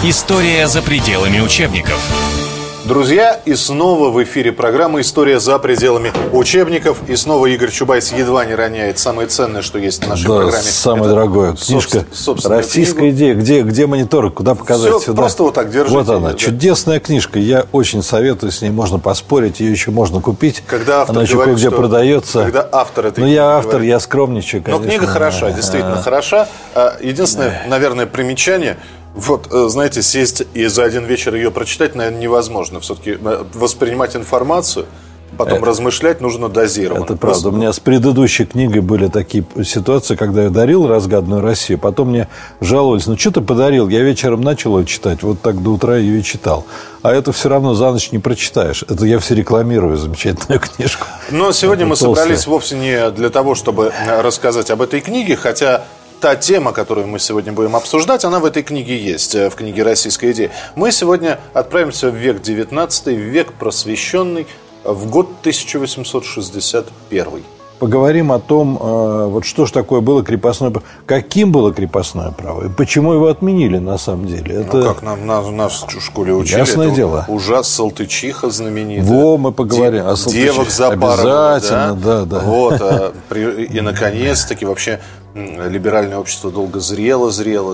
История за пределами учебников. Друзья, и снова в эфире программа «История за пределами учебников». И снова Игорь Чубайс едва не роняет самое ценное, что есть в нашей программе. Самое дорогое. Книжка «Российская идея». Где монитор? Куда показать? Все, сюда? просто вот так держите. Вот она, чудесная книжка. Я очень советую, с ней можно поспорить, ее еще можно купить. Когда автор она еще говорит, кое-где продается. Когда автор этой книги я автор, говорит. Я скромничаю, конечно. Но книга хороша, действительно хороша. Единственное, наверное, примечание. Вот, знаете, сесть и за один вечер ее прочитать, наверное, невозможно. Все-таки воспринимать информацию, потом размышлять нужно дозированно. Это правда. У меня с предыдущей книгой были такие ситуации, когда я дарил «Разгаданную Россию», потом мне жаловались: ну, что ты подарил? Я вечером начал ее читать, вот так до утра ее и читал. А это все равно за ночь не прочитаешь. Это я все рекламирую, замечательную книжку. Но сегодня мы собрались вовсе не для того, чтобы рассказать об этой книге, хотя... Та тема, которую мы сегодня будем обсуждать, она в этой книге есть, в книге «Российская идея». Мы сегодня отправимся в век XIX, в век просвещенный, в год 1861. Поговорим о том, вот что же такое было крепостное право, каким было крепостное право, и почему его отменили на самом деле. Это... Ну как, нас в школе учили. Ясное дело. Ужас Салтычиха знаменитая. Во, мы поговорим о Салтычихе. Девок запарывали. Обязательно, да. Вот, и наконец-таки вообще... Либеральное общество долго зрело.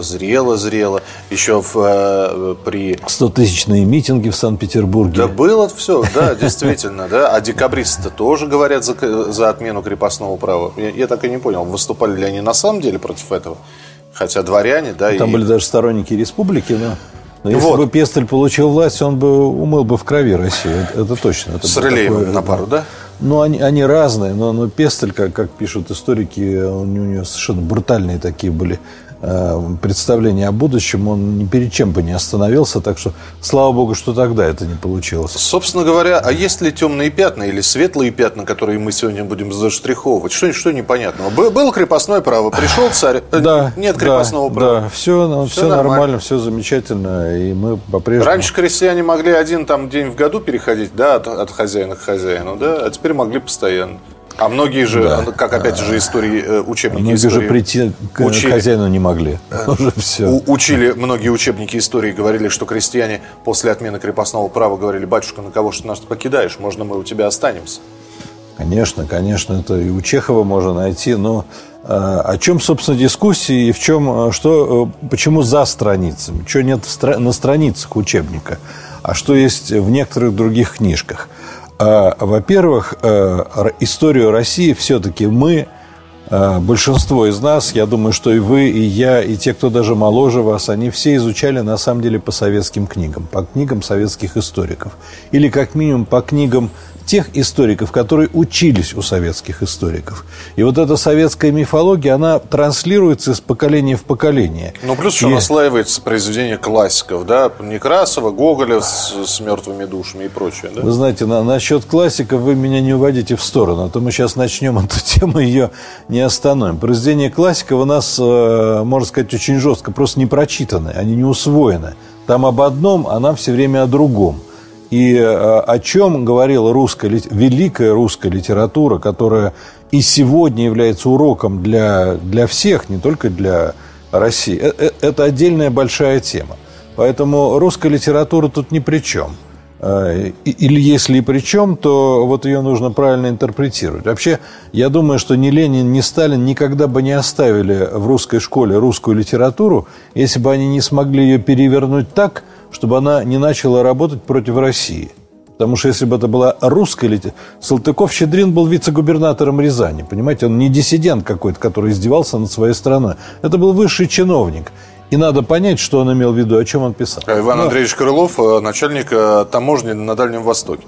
Еще при... 100-тысячные митинги в Санкт-Петербурге. Да было все, да, действительно. Да. А декабристы тоже говорят за отмену крепостного права. Я так и не понял, выступали ли они на самом деле против этого? Хотя дворяне, да. Там были даже сторонники республики, но если бы Пестель получил власть, он бы умыл бы в крови Россию. Это точно. Это с Рылеевым на пару, да? Ну, они разные, но Пестель, как пишут историки, у него совершенно брутальные такие были представления о будущем. Он ни перед чем бы не остановился, так что, слава богу, что тогда это не получилось. Собственно говоря, а есть ли темные пятна или светлые пятна, которые мы сегодня будем заштриховывать? Что непонятного? Было крепостное право, пришел царь, нет крепостного права. Да, все нормально, все замечательно, и мы по-прежнему... Раньше крестьяне могли один день в году переходить, да, от хозяина к хозяину, да, а теперь могли постоянно. А многие же, как опять же учебники многие истории... Многие же прийти к хозяину не могли. Уже все. Многие учебники истории говорили, что крестьяне после отмены крепостного права говорили: батюшка, на кого же ты нас покидаешь? Можно мы у тебя останемся? Конечно, это и у Чехова можно найти, но о чем, собственно, дискуссии и почему за страницами? Чего нет на страницах учебника, а что есть в некоторых других книжках? Во-первых, историю России все-таки мы, большинство из нас, я думаю, что и вы, и я, и те, кто даже моложе вас, они все изучали на самом деле по советским книгам, по книгам советских историков. Или как минимум по книгам тех историков, которые учились у советских историков. И вот эта советская мифология, она транслируется из поколения в поколение. Ну, плюс еще наслаивается произведение классиков, да, Некрасова, Гоголя с мертвыми душами и прочее, да? Вы знаете, насчет классиков вы меня не уводите в сторону, а то мы сейчас начнем эту тему, ее не остановим. Произведения классиков у нас, можно сказать, очень жестко, просто не прочитаны, они не усвоены. Там об одном, а нам все время о другом. И о чем говорила великая русская литература, которая и сегодня является уроком для всех, не только для России, это отдельная большая тема. Поэтому русская литература тут ни при чем. Или если и при чем, то вот ее нужно правильно интерпретировать. Вообще, я думаю, что ни Ленин, ни Сталин никогда бы не оставили в русской школе русскую литературу, если бы они не смогли ее перевернуть так, чтобы она не начала работать против России. Потому что если бы это была русская литература... Салтыков-Щедрин был вице-губернатором Рязани. Понимаете, он не диссидент какой-то, который издевался над своей страной. Это был высший чиновник. И надо понять, что он имел в виду, о чем он писал. Иван Андреевич Крылов, начальник таможни на Дальнем Востоке,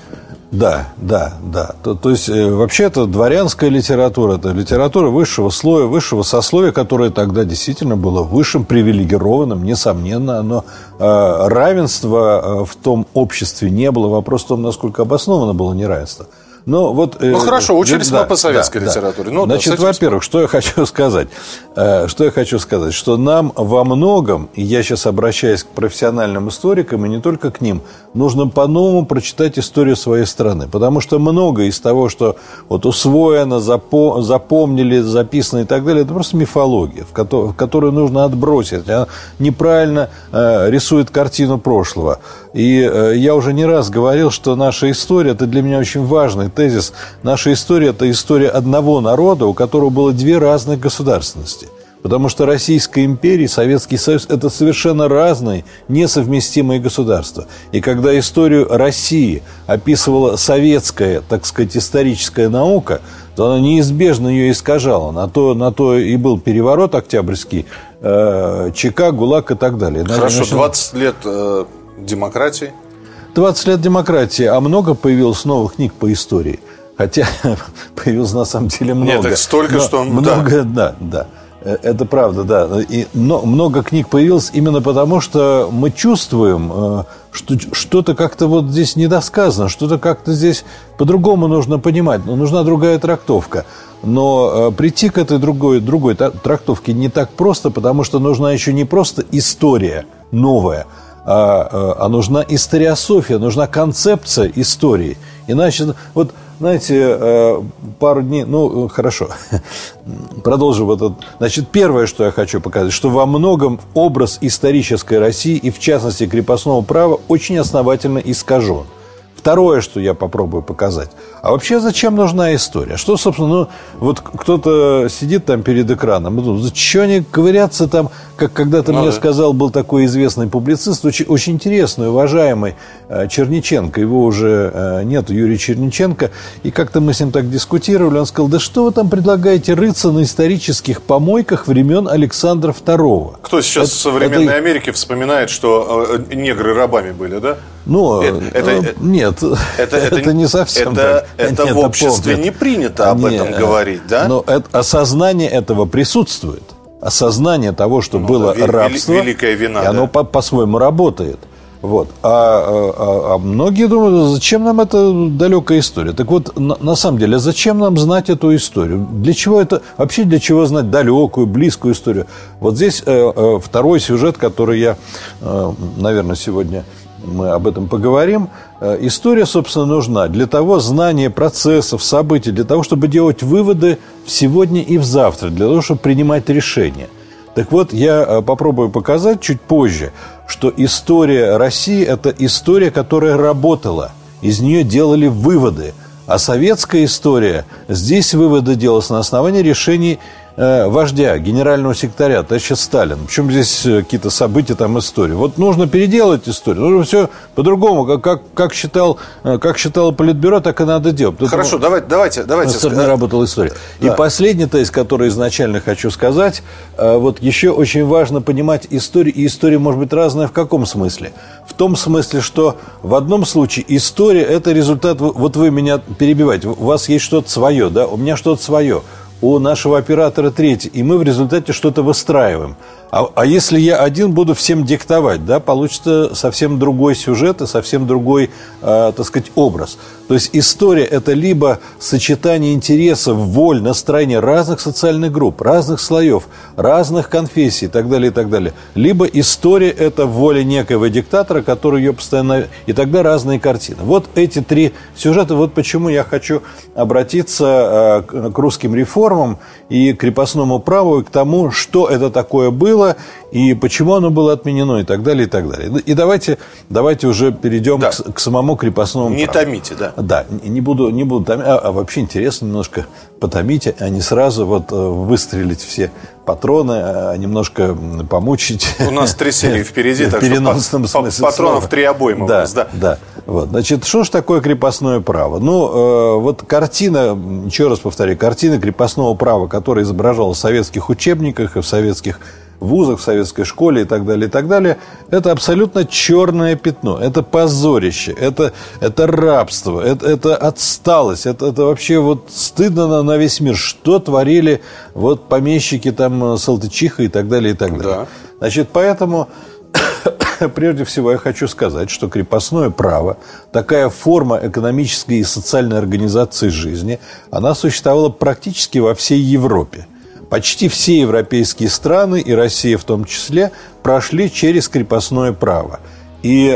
да? Да. То есть, вообще, это дворянская литература, это литература высшего слоя, высшего сословия, которое тогда действительно было высшим, привилегированным, несомненно. Но равенства в том обществе не было. Вопрос в том, насколько обосновано было неравенство. хорошо, учились мы по советской литературе. Да. Значит, во-первых, что я хочу сказать? Что нам во многом, и я сейчас обращаюсь к профессиональным историкам, и не только к ним, нужно по-новому прочитать историю своей страны. Потому что многое из того, что усвоено, запомнили, записано и так далее, это просто мифология, в которую нужно отбросить. Она неправильно рисует картину прошлого. И я уже не раз говорил, что наша история, это для меня очень важный тезис, наша история – это история одного народа, у которого было две разных государственности. Потому что Российская империя и Советский Союз – это совершенно разные, несовместимые государства. И когда историю России описывала советская, так сказать, историческая наука, то она неизбежно ее искажала. На то и был переворот октябрьский, ЧК, ГУЛАГ и так далее. Хорошо, 20 лет демократии. 20 лет демократии, а много появилось новых книг по истории. Хотя появилось на самом деле много. Нет, так столько, что... Много, да. Это правда, да. Но много книг появилось именно потому, что мы чувствуем, что что-то как-то здесь недосказано, что-то как-то здесь по-другому нужно понимать. Нужна другая трактовка. Но прийти к этой другой трактовке не так просто, потому что нужна еще не просто история новая, а нужна историософия, нужна концепция истории. Иначе, знаете, пару дней... хорошо. Продолжим Значит, первое, что я хочу показать, что во многом образ исторической России, и в частности крепостного права, очень основательно искажен. Второе, что я попробую показать. А вообще, зачем нужна история? Что, собственно, кто-то сидит там перед экраном и думает, зачем они ковыряться там, как когда-то мне сказал, был такой известный публицист, очень интересный, уважаемый Черниченко. Его уже нет, Юрий Черниченко. И как-то мы с ним так дискутировали. Он сказал, да что вы там предлагаете рыться на исторических помойках времен Александра II? Кто сейчас в современной Америке вспоминает, что негры рабами были, да? Нет, это не совсем так. Это в обществе не принято об этом говорить, да? Но осознание этого присутствует. Осознание того, что было рабство, великая вина, и оно по-своему работает. А многие думают, зачем нам эта далекая история? Так на самом деле, зачем нам знать эту историю? Для чего вообще для чего знать далекую, близкую историю? Здесь второй сюжет, который я, наверное, сегодня мы об этом поговорим. История, собственно, нужна для того, знание процессов, событий, для того, чтобы делать выводы в сегодня и в завтра, для того, чтобы принимать решения. Так я попробую показать чуть позже, что история России – это история, которая работала. Из нее делали выводы. А советская история, здесь выводы делались на основании решений вождя, генерального секретаря, товарища Сталина. Причем здесь какие-то события, истории. Нужно переделать историю. Нужно все по-другому. Как считало Политбюро, так и надо делать. Хорошо, давайте. Не работала история. Да. И последний тезис, который изначально хочу сказать. Еще очень важно понимать историю. И история может быть разная в каком смысле? В том смысле, что в одном случае история – это результат... Вы меня перебиваете. У вас есть что-то свое, да? У меня что-то свое. У нашего оператора третий, и мы в результате что-то выстраиваем. А если я один буду всем диктовать, да, получится совсем другой сюжет и совсем другой, так сказать, образ. То есть история – это либо сочетание интересов, воль, настроения разных социальных групп, разных слоев, разных конфессий и так далее, и так далее. Либо история – это воля некоего диктатора, который ее постоянно… И тогда разные картины. Эти три сюжета, почему я хочу обратиться к русским реформам и к крепостному праву, и к тому, что это такое было, и почему оно было отменено, и так далее, и так далее. И давайте уже перейдем к самому крепостному праву. Не томите, да. Да, не буду томить, а вообще интересно немножко потомить, а не сразу выстрелить все патроны, а немножко помучить. У нас 3 серии впереди, так в переносном смысле патронов 3 обоймы у нас, да. Да. Значит, что ж такое крепостное право? Картина, еще раз повторяю, картина крепостного права, которая изображалась в советских учебниках и в советских вузах, в советской школе и так далее, это абсолютно черное пятно, это позорище, это рабство, это отсталость, это вообще вот стыдно на весь мир, что творили вот помещики там Салтычиха и так далее, и так далее. Да. Значит, поэтому прежде всего я хочу сказать, что крепостное право, такая форма экономической и социальной организации жизни, она существовала практически во всей Европе. Почти все европейские страны, и Россия в том числе, прошли через крепостное право. И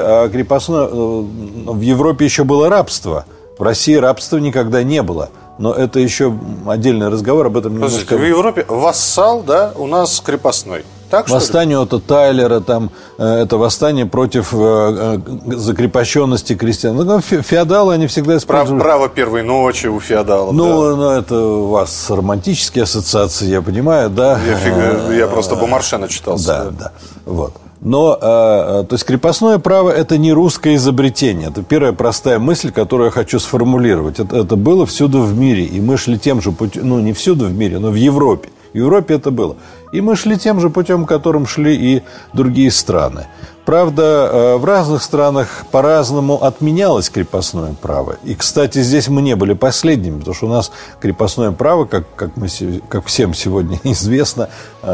в Европе еще было рабство. В России рабства никогда не было. Но это еще отдельный разговор, об этом немножко... В Европе вассал, да, у нас крепостной. Так, восстание Отто Тайлера, там, это восстание против закрепощенности крестьян. Ну, феодалы, они всегда используют... Право первой ночи у феодалов. Ну, это у вас романтические ассоциации, я понимаю, да? Я просто Бомарше читался. Да. Вот. Но, то есть, крепостное право – это не русское изобретение. Это первая простая мысль, которую я хочу сформулировать. Это было всюду в мире. И мы шли тем же путем, ну, не всюду в мире, но в Европе. В Европе это было. И мы шли тем же путем, которым шли и другие страны. Правда, в разных странах по-разному отменялось крепостное право. И, кстати, здесь мы не были последними, потому что у нас крепостное право, как всем сегодня известно,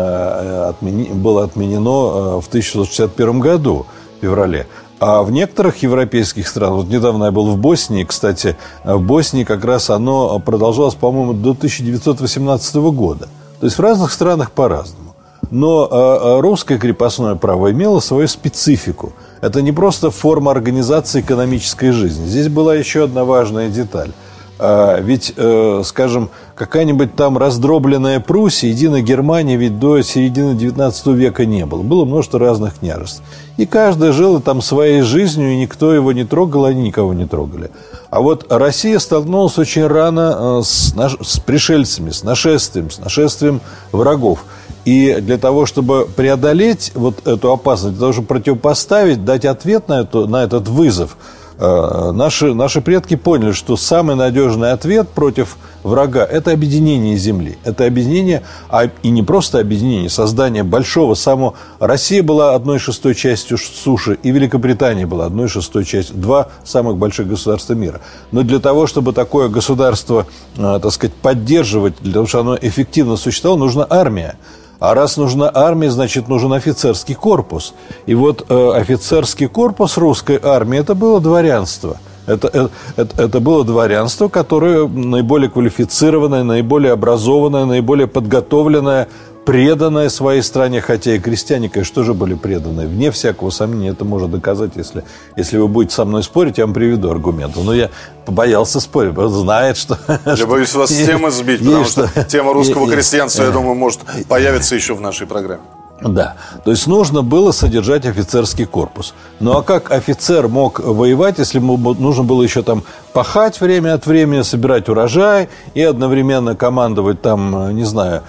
было отменено в 1661 году, в феврале. А в некоторых европейских странах, вот недавно я был в Боснии, кстати, в Боснии как раз оно продолжалось, по-моему, до 1918 года. То есть в разных странах по-разному. Но русское крепостное право имело свою специфику. Это не просто форма организации экономической жизни. Здесь была еще одна важная деталь. Ведь, скажем, какая-нибудь там раздробленная Пруссия, единая Германия ведь до середины XIX века не было. Было множество разных княжеств. И каждый жил там своей жизнью, и никто его не трогал, они никого не трогали. А вот Россия столкнулась очень рано с пришельцами, с нашествием врагов. И для того, чтобы преодолеть вот эту опасность, для того, чтобы противопоставить, дать ответ на этот вызов, наши предки поняли, что самый надежный ответ против врага – это объединение земли. Это объединение, и не просто объединение, создание большого самого... Россия была 1/6 частью суши, и Великобритания была 1/6 частью. Два самых больших государства мира. Но для того, чтобы такое государство, так сказать, поддерживать, для того, чтобы оно эффективно существовало, нужна армия. А раз нужна армия, значит, нужен офицерский корпус. И вот офицерский корпус русской армии – это было дворянство. Это было дворянство, которое наиболее квалифицированное, наиболее образованное, наиболее подготовленное, преданное своей стране. Хотя и крестьяне, конечно, тоже были преданы. Вне всякого сомнения, это можно доказать, если вы будете со мной спорить, я вам приведу аргументы. Но я побоялся спорить, потому что знает, что... Я боюсь вас с темы сбить, потому что тема русского крестьянства, я думаю, может появиться еще в нашей программе. Да, то есть нужно было содержать офицерский корпус. Ну а как офицер мог воевать, если ему нужно было еще там пахать время от времени, собирать урожай и одновременно командовать там, не знаю,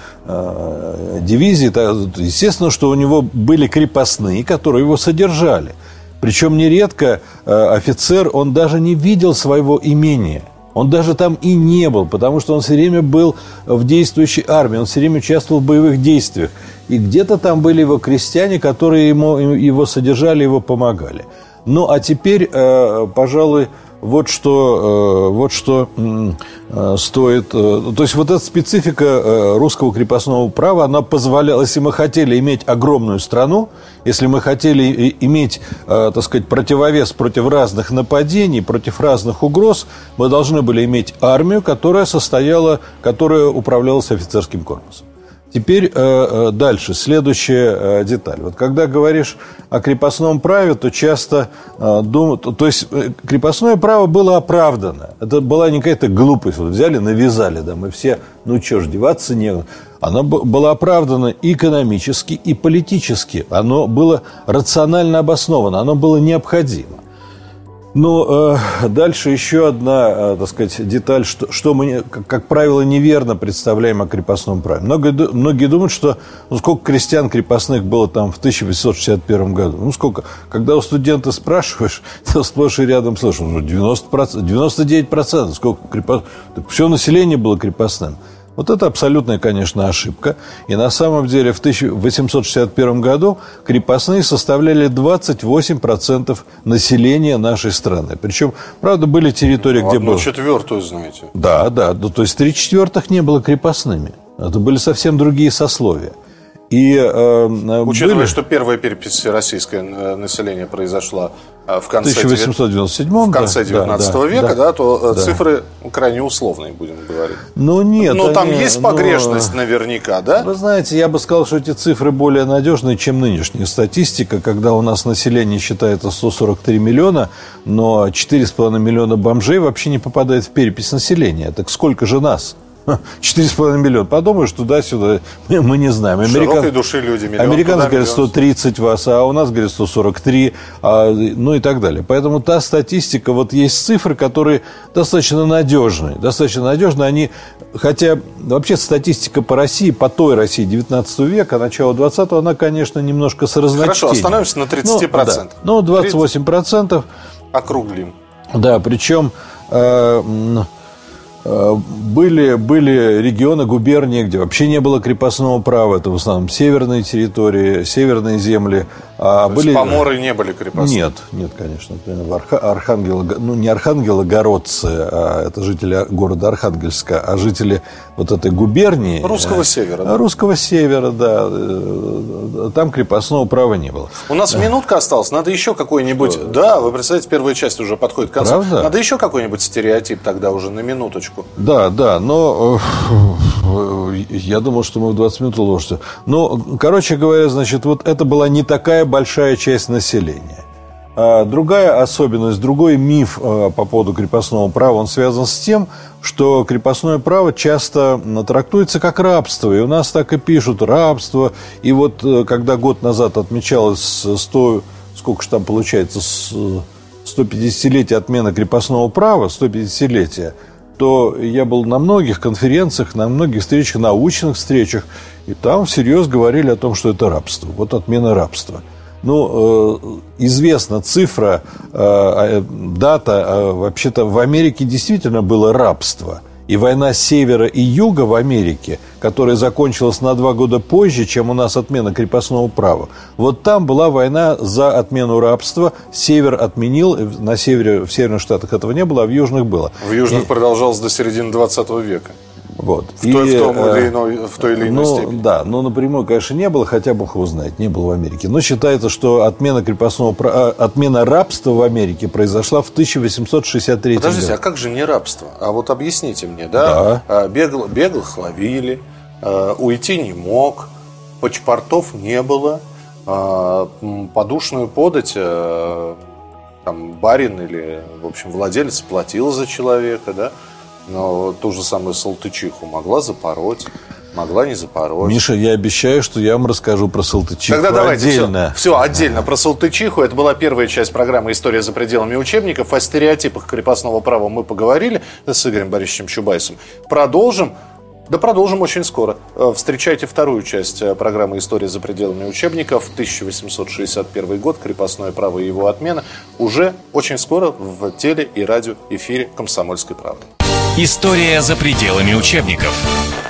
дивизией? Естественно, что у него были крепостные, которые его содержали. Причем нередко офицер, он даже не видел своего имения. Он даже там и не был, потому что он все время был в действующей армии, он все время участвовал в боевых действиях. И где-то там были его крестьяне, которые его содержали, его помогали. Ну, а теперь, пожалуй, вот что стоит... То есть, вот эта специфика русского крепостного права, она позволяла, если мы хотели иметь огромную страну, если мы хотели иметь, так сказать, противовес против разных нападений, против разных угроз, мы должны были иметь армию, которая управлялась офицерским корпусом. Теперь дальше, следующая деталь. Вот когда говоришь о крепостном праве, то часто думают... То есть крепостное право было оправдано. Это была не какая-то глупость. Вот взяли, навязали, да, мы все, ну что ж, деваться некуда. Оно было оправдано и экономически, и политически. Оно было рационально обосновано, оно было необходимо. Ну, дальше еще одна, так сказать, деталь, что мы, как правило, неверно представляем о крепостном праве. Многие думают, что сколько крестьян крепостных было там в 1861 году. Ну, сколько? Когда у студента спрашиваешь, то сплошь и рядом слышишь, 90%, 99%, сколько крепостных. Все население было крепостным. Вот это абсолютная, конечно, ошибка. И на самом деле в 1861 году крепостные составляли 28% населения нашей страны. Причем, правда, были территории, где было... 1/4, знаете. Да, то есть 3/4 не было крепостными. Это были совсем другие сословия. И, учитывая, что первая перепись российское население произошла в конце 1997 века, то цифры крайне условные, будем говорить. Ну, нет. Но там есть погрешность наверняка, да? Вы знаете, я бы сказал, что эти цифры более надежные, чем нынешняя статистика, когда у нас население считается 143 миллиона, но 4,5 миллиона бомжей вообще не попадает в перепись населения. Так сколько же нас? 4,5 миллиона. Подумаешь, туда-сюда мы не знаем. Широкой души люди. Американцы говорят 130 вас, а у нас говорят 143, ну и так далее. Поэтому та статистика, вот есть цифры, которые достаточно надежные. Они, хотя вообще статистика по России, по той России 19 века, начала 20-го, она, конечно, немножко с разночтением. Хорошо, остановимся на 30%. Ну, 28%. Округлим. Да, причем... Были регионы, губернии, где вообще не было крепостного права. Это в основном северные территории, северные земли. Поморы не были крепостными? Нет, конечно. Не архангелогородцы, а это жители города Архангельска, а жители вот этой губернии. Русского севера. Да? Русского севера, да. Там крепостного права не было. У нас минутка осталась. Надо еще какой-нибудь... Да, вы представляете, первая часть уже подходит к концу. Правда? Надо еще какой-нибудь стереотип тогда уже на минуточку. Да, но я думал, что мы в 20 минут уложимся. Но, короче говоря, значит, вот это была не такая большая часть населения. Другая особенность, другой миф по поводу крепостного права, он связан с тем, что крепостное право часто трактуется как рабство. И у нас так и пишут рабство. И вот когда год назад отмечалось 150-летие отмены крепостного права, 150-летие, то я был на многих конференциях, на многих встречах, научных встречах, и там всерьез говорили о том, что это рабство, вот отмена рабства. Ну, известна цифра, дата, вообще-то в Америке действительно было рабство. И война севера и юга в Америке, которая закончилась на 2 года позже, чем у нас отмена крепостного права, вот там была война за отмену рабства. Север отменил, в северных штатах этого не было, а в южных было. В южных продолжалось до середины 20 века. Вот. В той или иной степени. Да, но напрямую, конечно, не было, хотя Бог его знает, не было в Америке. Но считается, что отмена рабства в Америке произошла в 1863 году. Подождите, а как же не рабство? А вот объясните мне, да? Беглых ловили, уйти не мог, паспортов не было, подушную подать барин или, в общем, владелец платил за человека, да? Но ту же самую салтычиху могла запороть, могла не запороть. Миша, я обещаю, что я вам расскажу про салтычиху. Тогда давайте отдельно. Все отдельно про салтычиху. Это была первая часть программы «История за пределами учебников». О стереотипах крепостного права мы поговорили с Игорем Борисовичем Чубайсом. Продолжим очень скоро. Встречайте вторую часть программы «История за пределами учебников». 1861 год, крепостное право и его отмена. Уже очень скоро в теле- и радиоэфире «Комсомольской правды». История за пределами учебников.